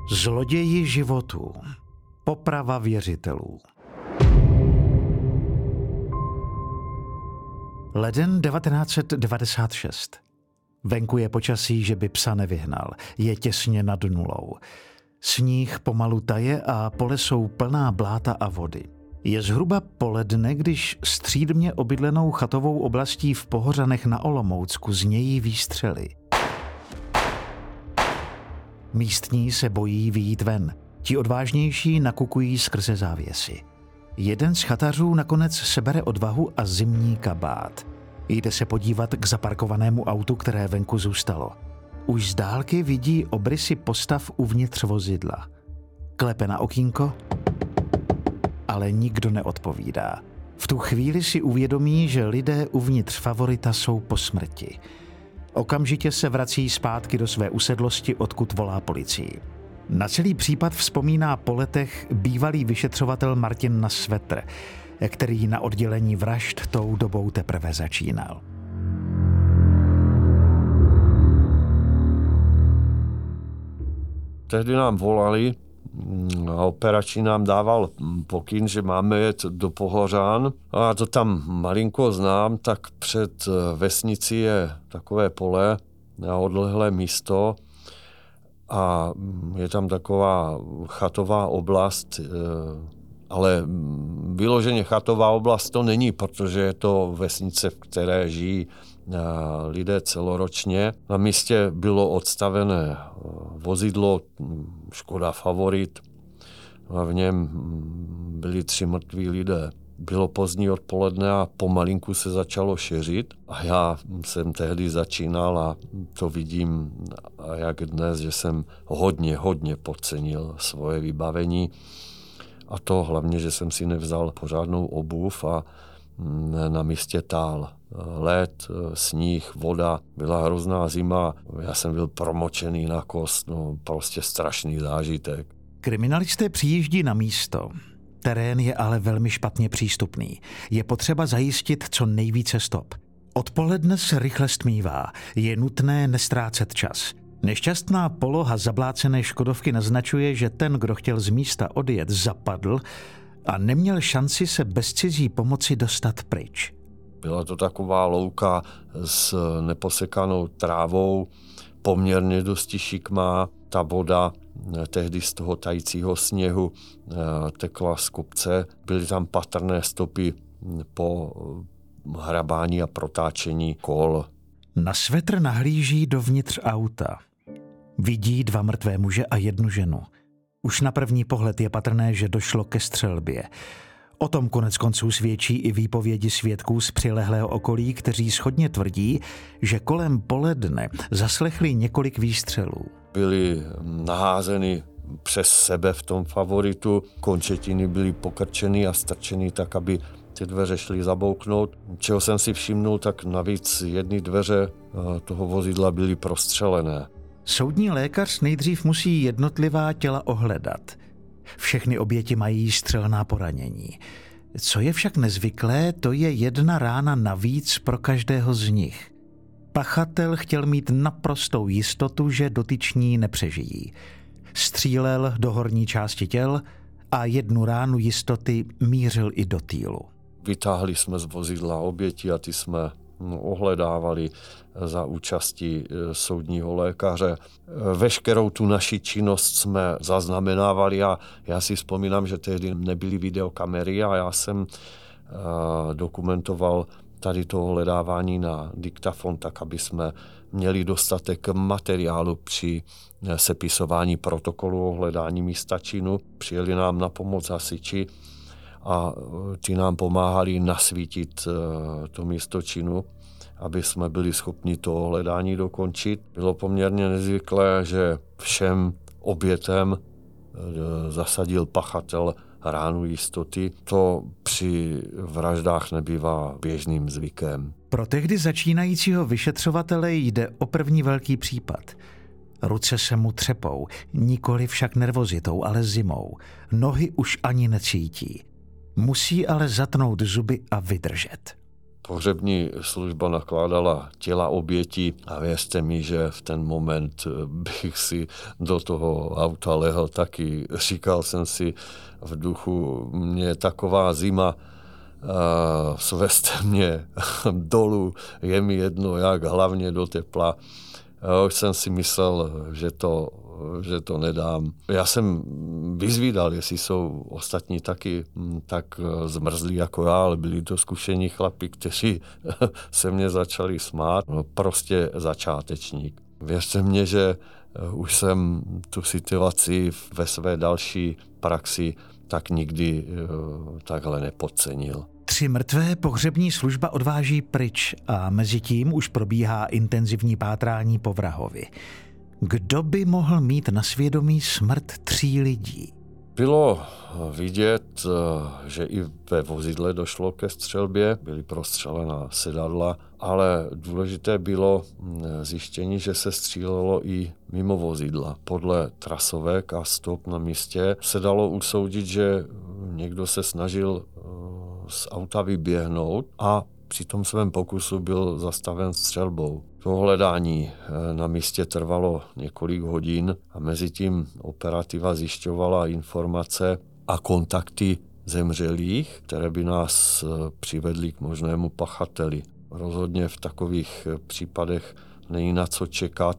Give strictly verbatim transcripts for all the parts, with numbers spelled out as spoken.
Zloději životů. Poprava věřitelů. Leden devatenáct set devadesát šest. Venku je počasí, že by psa nevyhnal. Je těsně nad nulou. Sníh pomalu taje a pole jsou plná bláta a vody. Je zhruba poledne, když střídmě obydlenou chatovou oblastí v Pohořanech na Olomoucku znějí výstřely. Místní se bojí vyjít ven. Ti odvážnější nakukují skrze závěsy. Jeden z chatařů nakonec sebere odvahu a zimní kabát. Jde se podívat k zaparkovanému autu, které venku zůstalo. Už z dálky vidí obrysy postav uvnitř vozidla. Klepe na okýnko, ale nikdo neodpovídá. V tu chvíli si uvědomí, že lidé uvnitř Favorita jsou po smrti. Okamžitě se vrací zpátky do své usedlosti, odkud volá policii. Na celý případ vzpomíná po letech bývalý vyšetřovatel Martin Nasvetr, který na oddělení vražd tou dobou teprve začínal. Tehdy nám volali a operační nám dával pokyn, že máme jet do Pohořan. A já to tam malinko znám, tak před vesnicí je takové pole a odlehlé místo a je tam taková chatová oblast, ale vyloženě chatová oblast to není, protože je to vesnice, v které žijí lidé celoročně. Na místě bylo odstavené vozidlo Škoda Favorit a v něm byli tři mrtví lidé. Bylo pozdní odpoledne a pomalinku se začalo šířit a já jsem tehdy začínal a to vidím jak dnes, že jsem hodně, hodně podcenil svoje vybavení a to hlavně, že jsem si nevzal pořádnou obuv a na místě tál. Led, sníh, voda, byla hrozná zima, já jsem byl promočený na kost, no prostě strašný zážitek. Kriminalisté přijíždí na místo. Terén je ale velmi špatně přístupný. Je potřeba zajistit co nejvíce stop. Odpoledne se rychle stmívá. Je nutné nestrácet čas. Nešťastná poloha zablácené Škodovky naznačuje, že ten, kdo chtěl z místa odjet, zapadl a neměl šanci se bez cizí pomoci dostat pryč. Byla to taková louka s neposekanou trávou, poměrně dosti šikmá. Ta voda tehdy z toho tajícího sněhu tekla z kopce. Byly tam patrné stopy po hrabání a protáčení kol. Nasvetr nahlíží dovnitř auta. Vidí dva mrtvé muže a jednu ženu. Už na první pohled je patrné, že došlo ke střelbě. O tom konec konců svědčí i výpovědi svědků z přilehlého okolí, kteří shodně tvrdí, že kolem poledne zaslechli několik výstřelů. Byly naházeny přes sebe v tom Favoritu, končetiny byly pokrčeny a strčeny tak, aby ty dveře šly zabouknout. Čeho jsem si všimnul, tak navíc jedny dveře toho vozidla byly prostřelené. Soudní lékař nejdřív musí jednotlivá těla ohledat. Všechny oběti mají střelná poranění. Co je však nezvyklé, to je jedna rána navíc pro každého z nich. Pachatel chtěl mít naprostou jistotu, že dotyční nepřežijí. Střílel do horní části těl a jednu ránu jistoty mířil i do týlu. Vytáhli jsme z vozidla oběti a ty jsme ohledávali za účasti soudního lékaře. Veškerou tu naši činnost jsme zaznamenávali a já si vzpomínám, že tehdy nebyly videokamery a já jsem dokumentoval tady to ohledávání na diktafon, tak aby jsme měli dostatek materiálu při sepisování protokolu ohledání místa činu. Přijeli nám na pomoc hasiči a ti nám pomáhali nasvítit to místo činu, aby jsme byli schopni to ohledání dokončit. Bylo poměrně nezvyklé, že všem obětem zasadil pachatel ránu jistoty. To při vraždách nebývá běžným zvykem. Pro tehdy začínajícího vyšetřovatele jde o první velký případ. Ruce se mu třepou, nikoli však nervozitou, ale zimou. Nohy už ani necítí. Musí ale zatnout zuby a vydržet. Pohřební služba nakládala těla obětí a věřte mi, že v ten moment bych si do toho auta lehl taky. Říkal jsem si v duchu, mě je taková zima, Uh, svezte mě dolů, je mi jedno jak, hlavně do tepla. Uh, už jsem si myslel, že to, že to nedám. Já jsem vyzvídal, jestli jsou ostatní taky tak zmrzlí jako já, ale byli to zkušení chlapi, kteří se mě začali smát. No, prostě začátečník. Věřte mě, že už jsem tu situaci ve své další praxi tak nikdy takhle nepodcenil. Tři mrtvé pohřební služba odváží pryč a mezi tím už probíhá intenzivní pátrání po vrahovi. Kdo by mohl mít na svědomí smrt tří lidí? Bylo vidět, že i ve vozidle došlo ke střelbě, byly prostřelená sedadla, ale důležité bylo zjištění, že se střílelo i mimo vozidla. Podle trasovek a stop na místě se dalo usoudit, že někdo se snažil z auta vyběhnout a při tom svém pokusu byl zastaven střelbou. To hledání na místě trvalo několik hodin a mezi tím operativa zjišťovala informace a kontakty zemřelých, které by nás přivedly k možnému pachateli. Rozhodně v takových případech není na co čekat.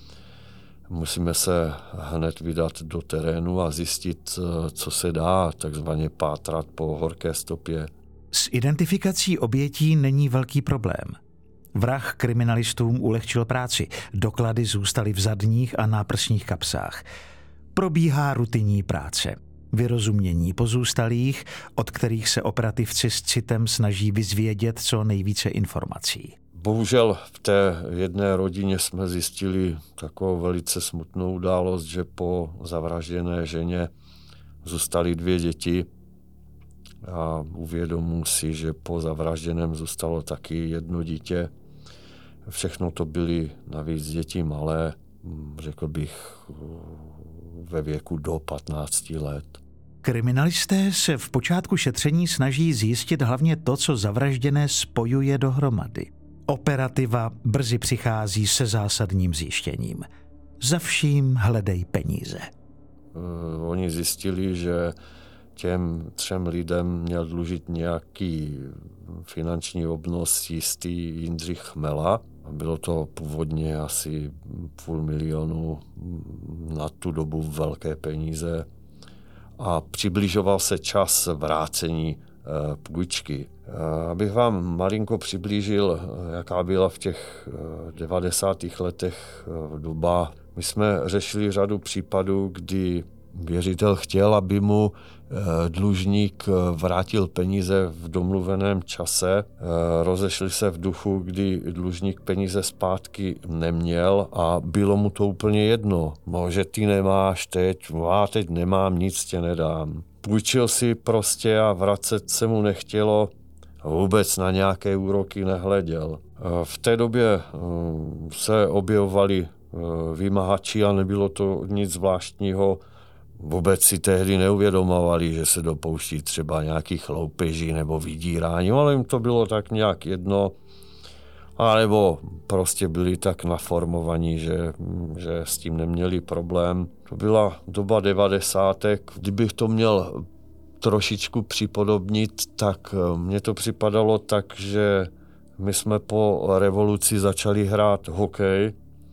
Musíme se hned vydat do terénu a zjistit, co se dá, takzvaně pátrat po horké stopě. S identifikací obětí není velký problém. Vrah kriminalistům ulehčil práci, doklady zůstaly v zadních a náprsních kapsách. Probíhá rutinní práce. Vyrozumění pozůstalých, od kterých se operativci s citem snaží vyzvědět co nejvíce informací. Bohužel v té jedné rodině jsme zjistili takovou velice smutnou událost, že po zavražděné ženě zůstaly dvě děti a uvědomuji si, že po zavražděném zůstalo taky jedno dítě. Všechno to byly navíc děti malé, řekl bych ve věku do patnácti let. Kriminalisté se v počátku šetření snaží zjistit hlavně to, co zavražděné spojuje dohromady. Operativa brzy přichází se zásadním zjištěním. Za vším hledej peníze. Oni zjistili, že těm třem lidem měl dlužit nějaký finanční obnos jistý Jindřich Chmela. Bylo to původně asi půl milionu, na tu dobu velké peníze. A přibližoval se čas vrácení půjčky. Abych vám malinko přiblížil, jaká byla v těch devadesátých letech doba. My jsme řešili řadu případů, kdy věřitel chtěl, aby mu dlužník vrátil peníze v domluveném čase. Rozešli se v duchu, kdy dlužník peníze zpátky neměl a bylo mu to úplně jedno. Že ty nemáš teď, já teď nemám, nic tě nedám. Půjčil si prostě a vracet se mu nechtělo, vůbec na nějaké úroky nehleděl. V té době se objevovali vymahači a nebylo to nic zvláštního. Vůbec si tehdy neuvědomovali, že se dopouští třeba nějakých loupeží nebo vydírání, ale jim to bylo tak nějak jedno. A nebo prostě byli tak naformovaní, že, že s tím neměli problém. To byla doba devadesátek. Kdybych to měl trošičku připodobnit, tak mně to připadalo tak, že my jsme po revoluci začali hrát hokej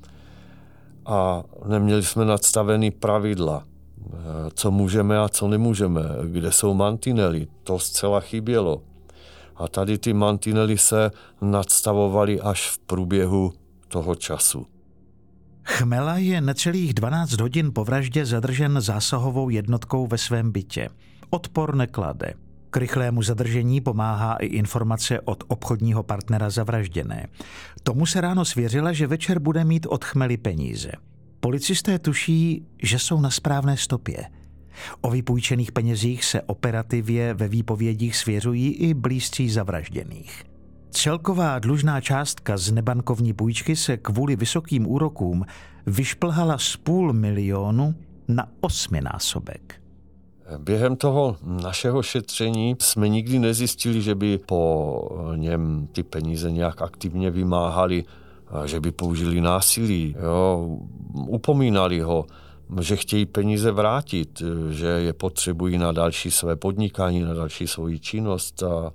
a neměli jsme nadstavený pravidla, co můžeme a co nemůžeme, kde jsou mantinely, to zcela chybělo. A tady ty mantinely se nadstavovaly až v průběhu toho času. Chmela je necelých dvanáct hodin po vraždě zadržen zásahovou jednotkou ve svém bytě. Odpor neklade. K rychlému zadržení pomáhá i informace od obchodního partnera zavražděné. Tomu se ráno svěřila, že večer bude mít od Chmely peníze. Policisté tuší, že jsou na správné stopě. O vypůjčených penězích se operativě ve výpovědích svěřují i blízcí zavražděných. Celková dlužná částka z nebankovní půjčky se kvůli vysokým úrokům vyšplhala z půl milionu na osminásobek. Během toho našeho šetření jsme nikdy nezjistili, že by po něm ty peníze nějak aktivně vymáhali, že by použili násilí. Jo. Upomínali ho, že chtějí peníze vrátit, že je potřebují na další své podnikání, na další svoji činnost a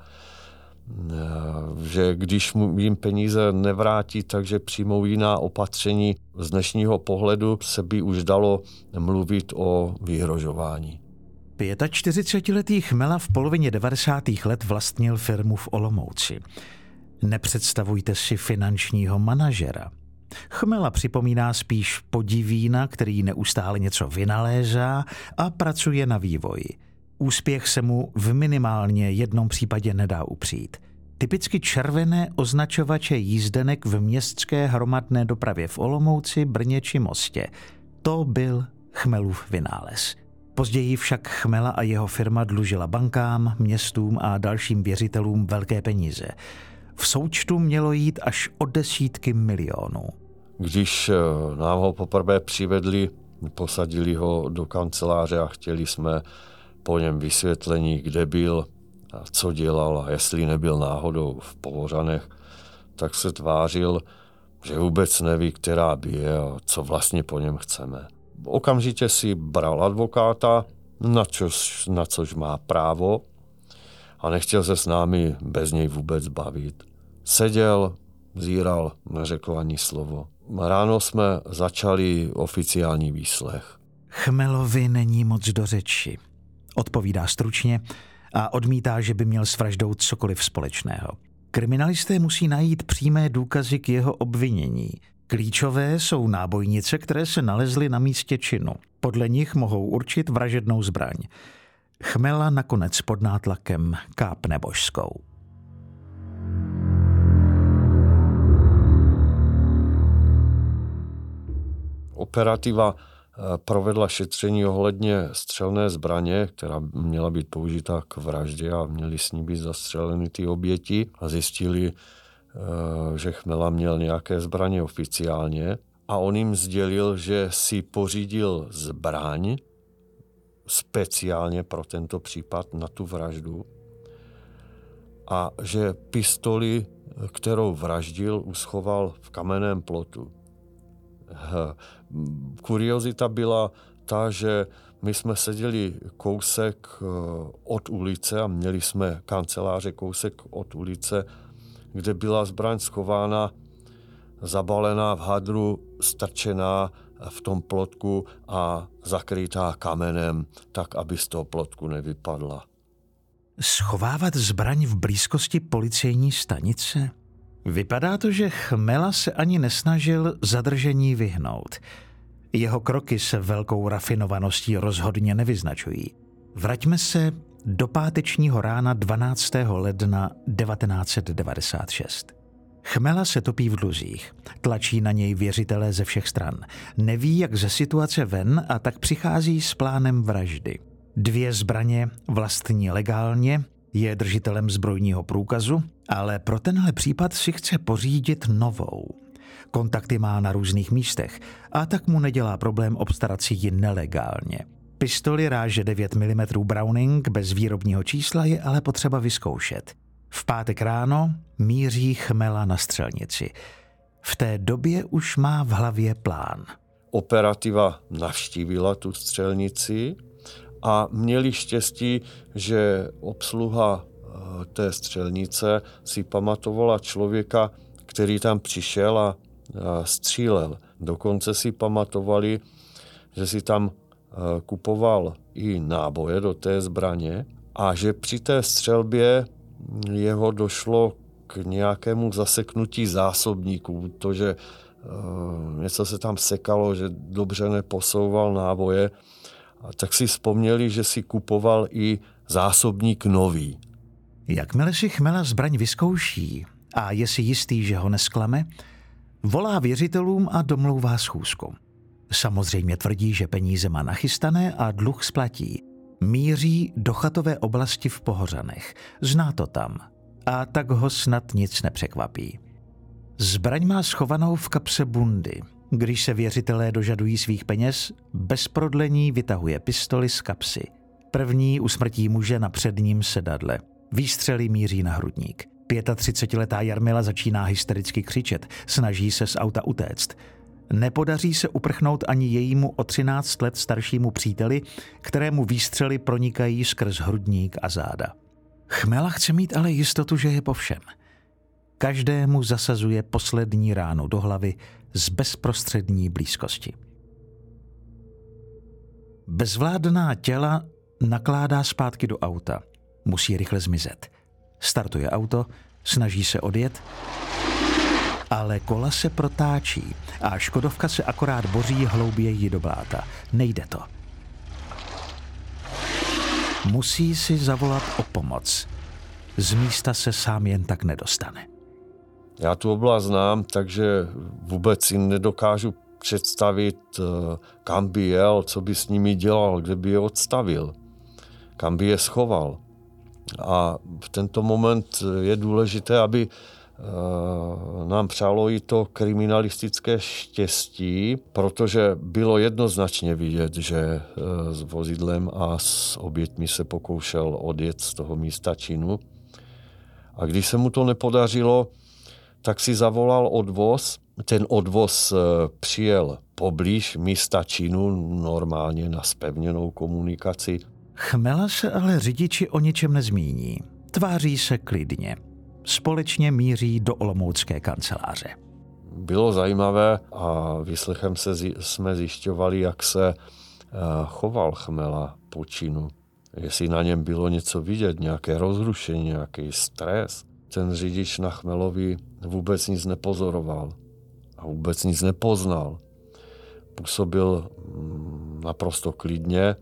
že když jim peníze nevrátí, takže přijmou jiná opatření. Z dnešního pohledu se by už dalo mluvit o vyhrožování. čtyřicetiletý Chmela v polovině devadesátých let vlastnil firmu v Olomouci. Nepředstavujte si finančního manažera. Chmela připomíná spíš podivína, který neustále něco vynalézá a pracuje na vývoji. Úspěch se mu v minimálně jednom případě nedá upřít. Typicky červené označovače jízdenek v městské hromadné dopravě v Olomouci, Brně či Mostě. To byl Chmelův vynález. Později však Chmela a jeho firma dlužila bankám, městům a dalším věřitelům velké peníze. V součtu mělo jít až o desítky milionů. Když nám ho poprvé přivedli, posadili ho do kanceláře a chtěli jsme po něm vysvětlení, kde byl a co dělal a jestli nebyl náhodou v Pohořanech, tak se tvářil, že vůbec neví, která by je a co vlastně po něm chceme. Okamžitě si bral advokáta, na což, na což má právo a nechtěl se s námi bez něj vůbec bavit. Seděl, zíral, neřekl ani slovo. Ráno jsme začali oficiální výslech. Chmelovi není moc do řeči. Odpovídá stručně a odmítá, že by měl s vraždou cokoliv společného. Kriminalisté musí najít přímé důkazy k jeho obvinění. Klíčové jsou nábojnice, které se nalezly na místě činu. Podle nich mohou určit vražednou zbraň. Chmela nakonec pod nátlakem kápne božskou. Operativa provedla šetření ohledně střelné zbraně, která měla být použita k vraždě a měly s ní být zastřeleny ty oběti a zjistili, že Chmela měl nějaké zbraně oficiálně a on jim sdělil, že si pořídil zbraň speciálně pro tento případ na tu vraždu a že pistoli, kterou vraždil, uschoval v kamenném plotu. Kuriozita byla ta, že my jsme seděli kousek od ulice a měli jsme kanceláře kousek od ulice, kde byla zbraň schována, zabalená v hadru, strčená v tom plotku a zakrytá kamenem, tak, aby z toho plotku nevypadla. Schovávat zbraň v blízkosti policejní stanice? Vypadá to, že Chmela se ani nesnažil zadržení vyhnout. Jeho kroky se velkou rafinovaností rozhodně nevyznačují. Vraťme se do pátečního rána dvanáctého ledna devatenáct set devadesát šest. Chmela se topí v dluzích, tlačí na něj věřitelé ze všech stran. Neví, jak ze situace ven a tak přichází s plánem vraždy. Dvě zbraně vlastní legálně, je držitelem zbrojního průkazu, ale pro tenhle případ si chce pořídit novou. Kontakty má na různých místech a tak mu nedělá problém obstarat si ji nelegálně. Pistoli ráže devět milimetrů Browning bez výrobního čísla je ale potřeba vyzkoušet. V pátek ráno míří Chmela na střelnici. V té době už má v hlavě plán. Operativa navštívila tu střelnici a měli štěstí, že obsluha té střelnice si pamatovala člověka, který tam přišel a střílel. Dokonce si pamatovali, že si tam kupoval i náboje do té zbraně a že při té střelbě jeho došlo k nějakému zaseknutí zásobníků, to, že něco se tam sekalo, že dobře neposouval náboje, a tak si vzpomněli, že si kupoval i zásobník nový. Jakmile si Chmela zbraň vyzkouší a je si jistý, že ho nesklame, volá věřitelům a domlouvá schůzku. Samozřejmě tvrdí, že peníze má nachystané a dluh splatí. Míří do chatové oblasti v Pohořanech. Zná to tam. A tak ho snad nic nepřekvapí. Zbraň má schovanou v kapse bundy. Když se věřitelé dožadují svých peněz, bez prodlení vytahuje pistoli z kapsy. První usmrtí muže na předním sedadle. Výstřely míří na hrudník. třicetiletá Jarmila začíná hystericky křičet, snaží se z auta utéct. Nepodaří se uprchnout ani jejímu o třináct let staršímu příteli, kterému výstřely pronikají skrz hrudník a záda. Chmela chce mít ale jistotu, že je po všem. Každému zasazuje poslední ránu do hlavy z bezprostřední blízkosti. Bezvládná těla nakládá zpátky do auta. Musí rychle zmizet. Startuje auto, snaží se odjet, ale kola se protáčí a Škodovka se akorát boří hlouběji do bláta. Nejde to. Musí si zavolat o pomoc. Z místa se sám jen tak nedostane. Já tu oblast znám, takže vůbec si nedokážu představit, kam by jel, co by s nimi dělal, kde by je odstavil, kam by je schoval. A v tento moment je důležité, aby nám přálo i to kriminalistické štěstí, protože bylo jednoznačně vidět, že s vozidlem a s oběťmi se pokoušel odjet z toho místa činu. A když se mu to nepodařilo, tak si zavolal odvoz. Ten odvoz přijel poblíž místa činu, normálně na zpevněnou komunikaci. Chmela se ale řidiči o ničem nezmíní. Tváří se klidně. Společně míří do olomoucké kanceláře. Bylo zajímavé a výslechem se jsme zjišťovali, jak se choval Chmela po činu. Jestli na něm bylo něco vidět, nějaké rozrušení, nějaký stres. Ten řidič na Chmelovi vůbec nic nepozoroval a vůbec nic nepoznal. Působil naprosto klidně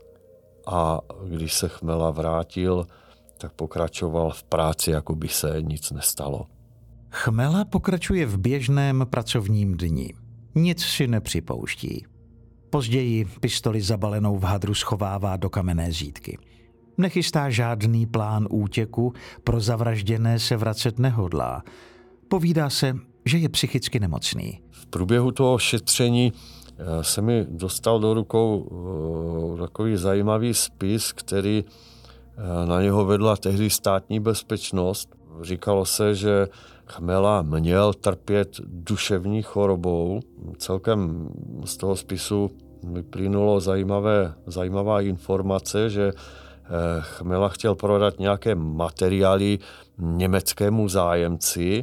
a když se Chmela vrátil, tak pokračoval v práci, jako by se nic nestalo. Chmela pokračuje v běžném pracovním dni. Nic si nepřipouští. Později pistoli zabalenou v hadru schovává do kamenné zítky. Nechystá žádný plán útěku, pro zavražděné se vracet nehodlá. Povídá se, že je psychicky nemocný. V průběhu toho šetření se mi dostal do rukou takový zajímavý spis, který na něho vedla tehdy státní bezpečnost. Říkalo se, že Chmela měl trpět duševní chorobou. Celkem z toho spisu vyplynulo zajímavé, zajímavá informace, že Chmela chtěl prodat nějaké materiály německému zájemci.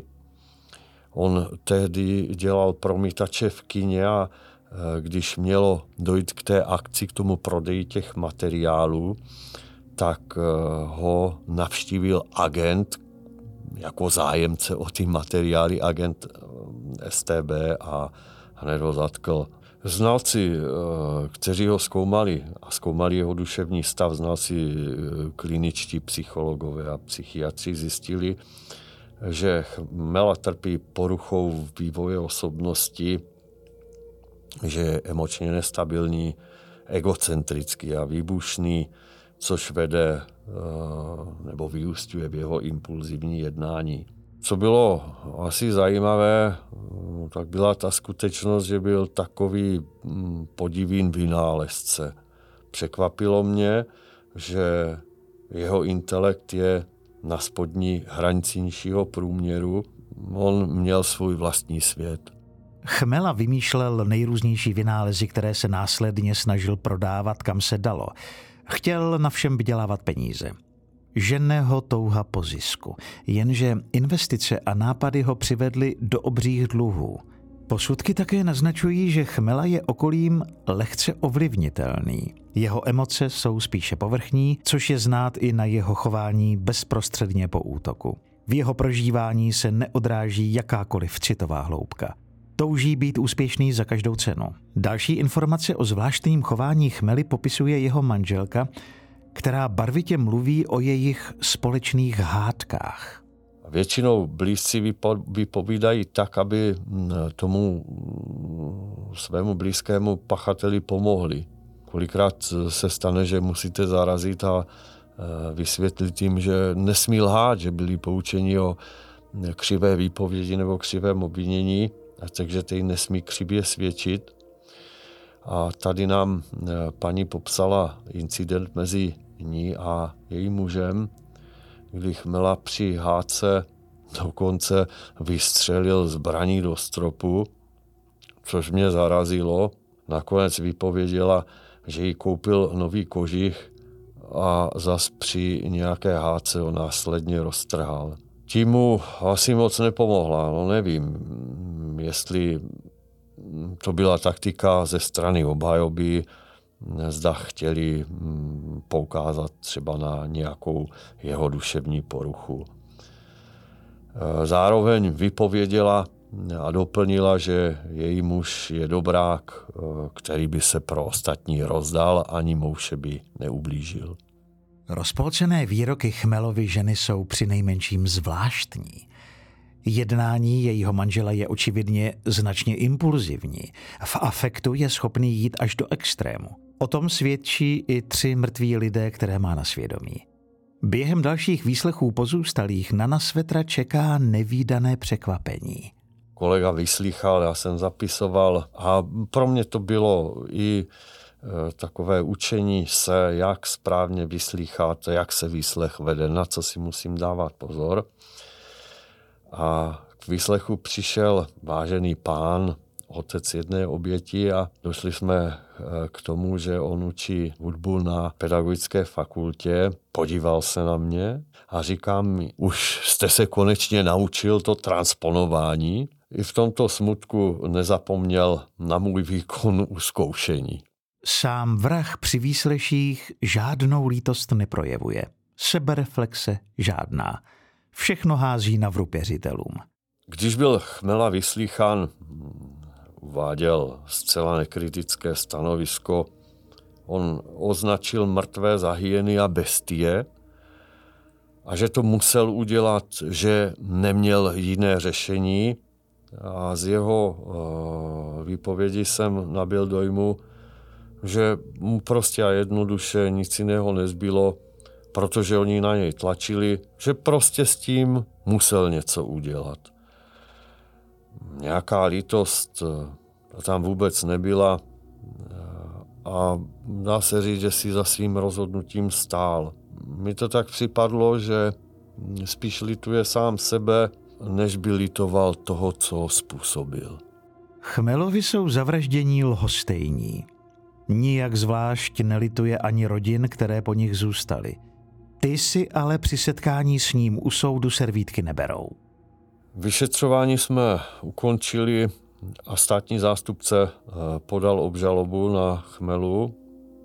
On tehdy dělal promítače v kině a když mělo dojít k té akci, k tomu prodeji těch materiálů, tak ho navštívil agent jako zájemce o ty materiály, agent S T B a hned ho zatkl. Znalci, kteří ho zkoumali a zkoumali jeho duševní stav, znalci kliničtí psychologové a psychiatři zjistili, že Chmela trpí poruchou vývoje osobnosti, že je emočně nestabilní, egocentrický a výbušný, což vede nebo vyúsťuje v jeho impulzivní jednání. Co bylo asi zajímavé, tak byla ta skutečnost, že byl takový podivín vynálezce. Překvapilo mě, že jeho intelekt je na spodní hranici nižšího průměru. On měl svůj vlastní svět. Chmela vymýšlel nejrůznější vynálezy, které se následně snažil prodávat, kam se dalo. Chtěl na všem vydělávat peníze. Žene ho touha po zisku, jenže investice a nápady ho přivedly do obřích dluhů. Posudky také naznačují, že Chmela je okolím lehce ovlivnitelný. Jeho emoce jsou spíše povrchní, což je znát i na jeho chování bezprostředně po útoku. V jeho prožívání se neodráží jakákoliv citová hloubka. Touží být úspěšný za každou cenu. Další informace o zvláštním chování Chmely popisuje jeho manželka, která barvitě mluví o jejich společných hádkách. Většinou blízci vypovídají tak, aby tomu svému blízkému pachateli pomohli. Kolikrát se stane, že musíte zarazit a vysvětlit jim, že nesmí lhát, že byli poučeni o křivé výpovědi nebo křivém obvinění, takže teď nesmí křivě svědčit. A tady nám paní popsala incident mezi ní a jejím mužem, kdy Chmela při hádce dokonce vystřelil zbraní do stropu, což mě zarazilo. Nakonec vypověděla, že jí koupil nový kožich a zas při nějaké hádce ho následně roztrhal. Tím mu asi moc nepomohla, no nevím, jestli to byla taktika ze strany obhajoby, zda chtěli poukázat třeba na nějakou jeho duševní poruchu. Zároveň vypověděla a doplnila, že její muž je dobrák, který by se pro ostatní rozdal, ani mouše by neublížil. Rozpolcené výroky Chmelovy ženy jsou přinejmenším zvláštní. Jednání jejího manžela je očividně značně impulzivní. V afektu je schopný jít až do extrému. O tom svědčí i tři mrtví lidé, které má na svědomí. Během dalších výslechů pozůstalých na Nasvetra čeká nevídané překvapení. Kolega vyslýchal, já jsem zapisoval a pro mě to bylo i e, takové učení se, jak správně vyslýchat, jak se výslech vede, na co si musím dávat pozor. A k výslechu přišel vážený pán, otec jedné oběti a došli jsme k tomu, že on učí hudbu na pedagogické fakultě. Podíval se na mě a říká mi, už jste se konečně naučil to transponování. I v tomto smutku nezapomněl na můj výkon u zkoušení. Sám vrah při výsleších žádnou lítost neprojevuje. Sebereflexe žádná. Všechno hází na vrub věřitelům. Když byl Chmela vyslýchán, uváděl zcela nekritické stanovisko. On označil mrtvé za hyeny a bestie a že to musel udělat, že neměl jiné řešení. A z jeho výpovědi jsem nabyl dojmu, že mu prostě a jednoduše nic jiného nezbylo, protože oni na něj tlačili, že prostě s tím musel něco udělat. Nějaká lítost tam vůbec nebyla a dá se říct, že si za svým rozhodnutím stál. Mi to tak připadlo, že spíš lituje sám sebe, než by litoval toho, co způsobil. Chmelovi jsou zavraždění lhostejní. Nijak zvlášť nelituje ani rodin, které po nich zůstaly. Ty si ale při setkání s ním u soudu servítky neberou. Vyšetřování jsme ukončili a státní zástupce podal obžalobu na Chmelu.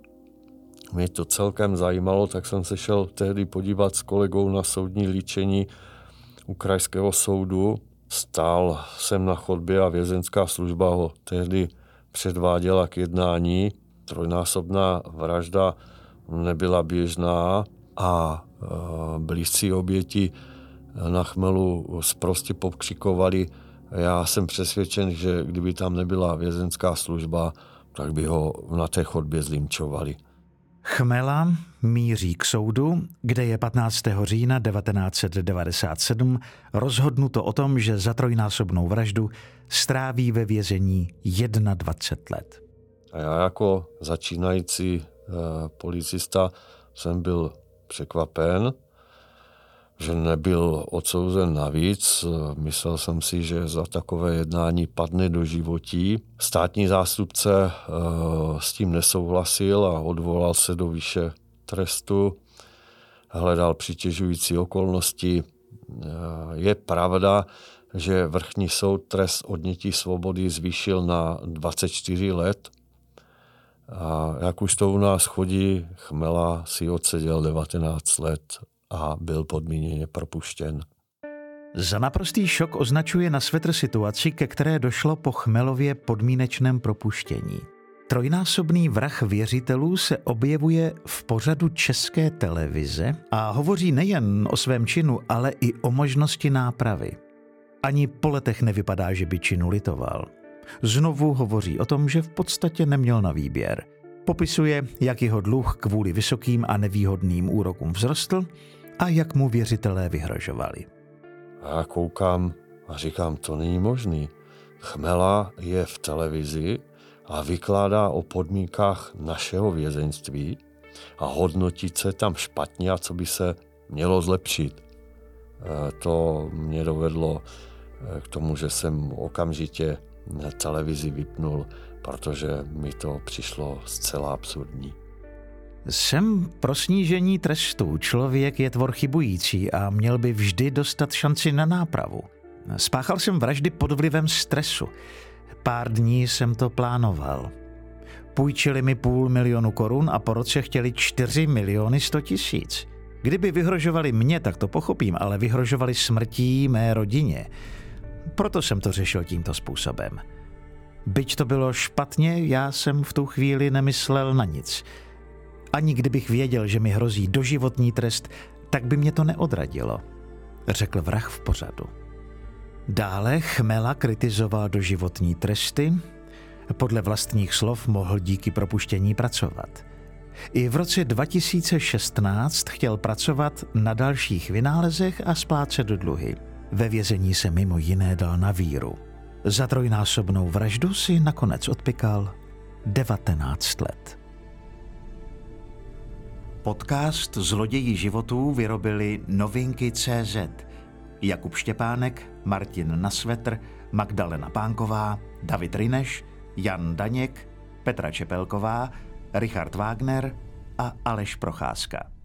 Mě to celkem zajímalo, tak jsem se šel tehdy podívat s kolegou na soudní líčení u krajského soudu. Stál jsem na chodbě a vězenská služba ho tehdy předváděla k jednání. Trojnásobná vražda nebyla běžná a blízcí oběti na Chmelu sprostě pokřikovali. Já jsem přesvědčen, že kdyby tam nebyla vězenská služba, tak by ho na té chodbě zlinčovali. Chmela míří k soudu, kde je patnáctého října devatenáct set devadesát sedm rozhodnuto o tom, že za trojnásobnou vraždu stráví ve vězení dvacet jedna let. A já jako začínající eh, policista jsem byl překvapen, že nebyl odsouzen navíc. Myslel jsem si, že za takové jednání padne do životí. Státní zástupce e, s tím nesouhlasil a odvolal se do výše trestu. Hledal přitěžující okolnosti. E, je pravda, že vrchní soud trest odnětí svobody zvýšil na dvacet čtyři let. A jak už to u nás chodí, Chmela si odseděl devatenáct let a byl podmíněně propuštěn. Za naprostý šok označuje Nasvetr situaci, ke které došlo po Chmelově podmínečném propuštění. Trojnásobný vrah věřitelů se objevuje v pořadu České televize a hovoří nejen o svém činu, ale i o možnosti nápravy. Ani po letech nevypadá, že by činu litoval. Znovu hovoří o tom, že v podstatě neměl na výběr. Popisuje, jak jeho dluh kvůli vysokým a nevýhodným úrokům vzrostl a jak mu věřitelé vyhrožovali. A já koukám a říkám, to není možný. Chmela je v televizi a vykládá o podmínkách našeho vězeňství a hodnotit se tam špatně a co by se mělo zlepšit. To mě dovedlo k tomu, že jsem okamžitě televizi vypnul, protože mi to přišlo zcela absurdní. Jsem pro snížení trestu. Člověk je tvor chybující a měl by vždy dostat šanci na nápravu. Spáchal jsem vraždy pod vlivem stresu. Pár dní jsem to plánoval. Půjčili mi půl milionu korun a po roce chtěli čtyři miliony sto tisíc. Kdyby vyhrožovali mě, tak to pochopím, ale vyhrožovali smrtí mé rodině. Proto jsem to řešil tímto způsobem. Byť to bylo špatně, já jsem v tu chvíli nemyslel na nic. Ani kdybych věděl, že mi hrozí doživotní trest, tak by mě to neodradilo, řekl vrah v pořadu. Dále Chmela kritizoval doživotní tresty. Podle vlastních slov mohl díky propuštění pracovat. I v roce dva tisíce šestnáct chtěl pracovat na dalších vynálezech a splácet dluhy. Ve vězení se mimo jiné dal na víru. Za trojnásobnou vraždu si nakonec odpykal devatenáct let. Podcast Zloději životů vyrobili Novinky tečka cé zet. Jakub Štěpánek, Martin Nasvetr, Magdalena Pánková, David Ryneš, Jan Daněk, Petra Čepelková, Richard Wagner a Aleš Procházka.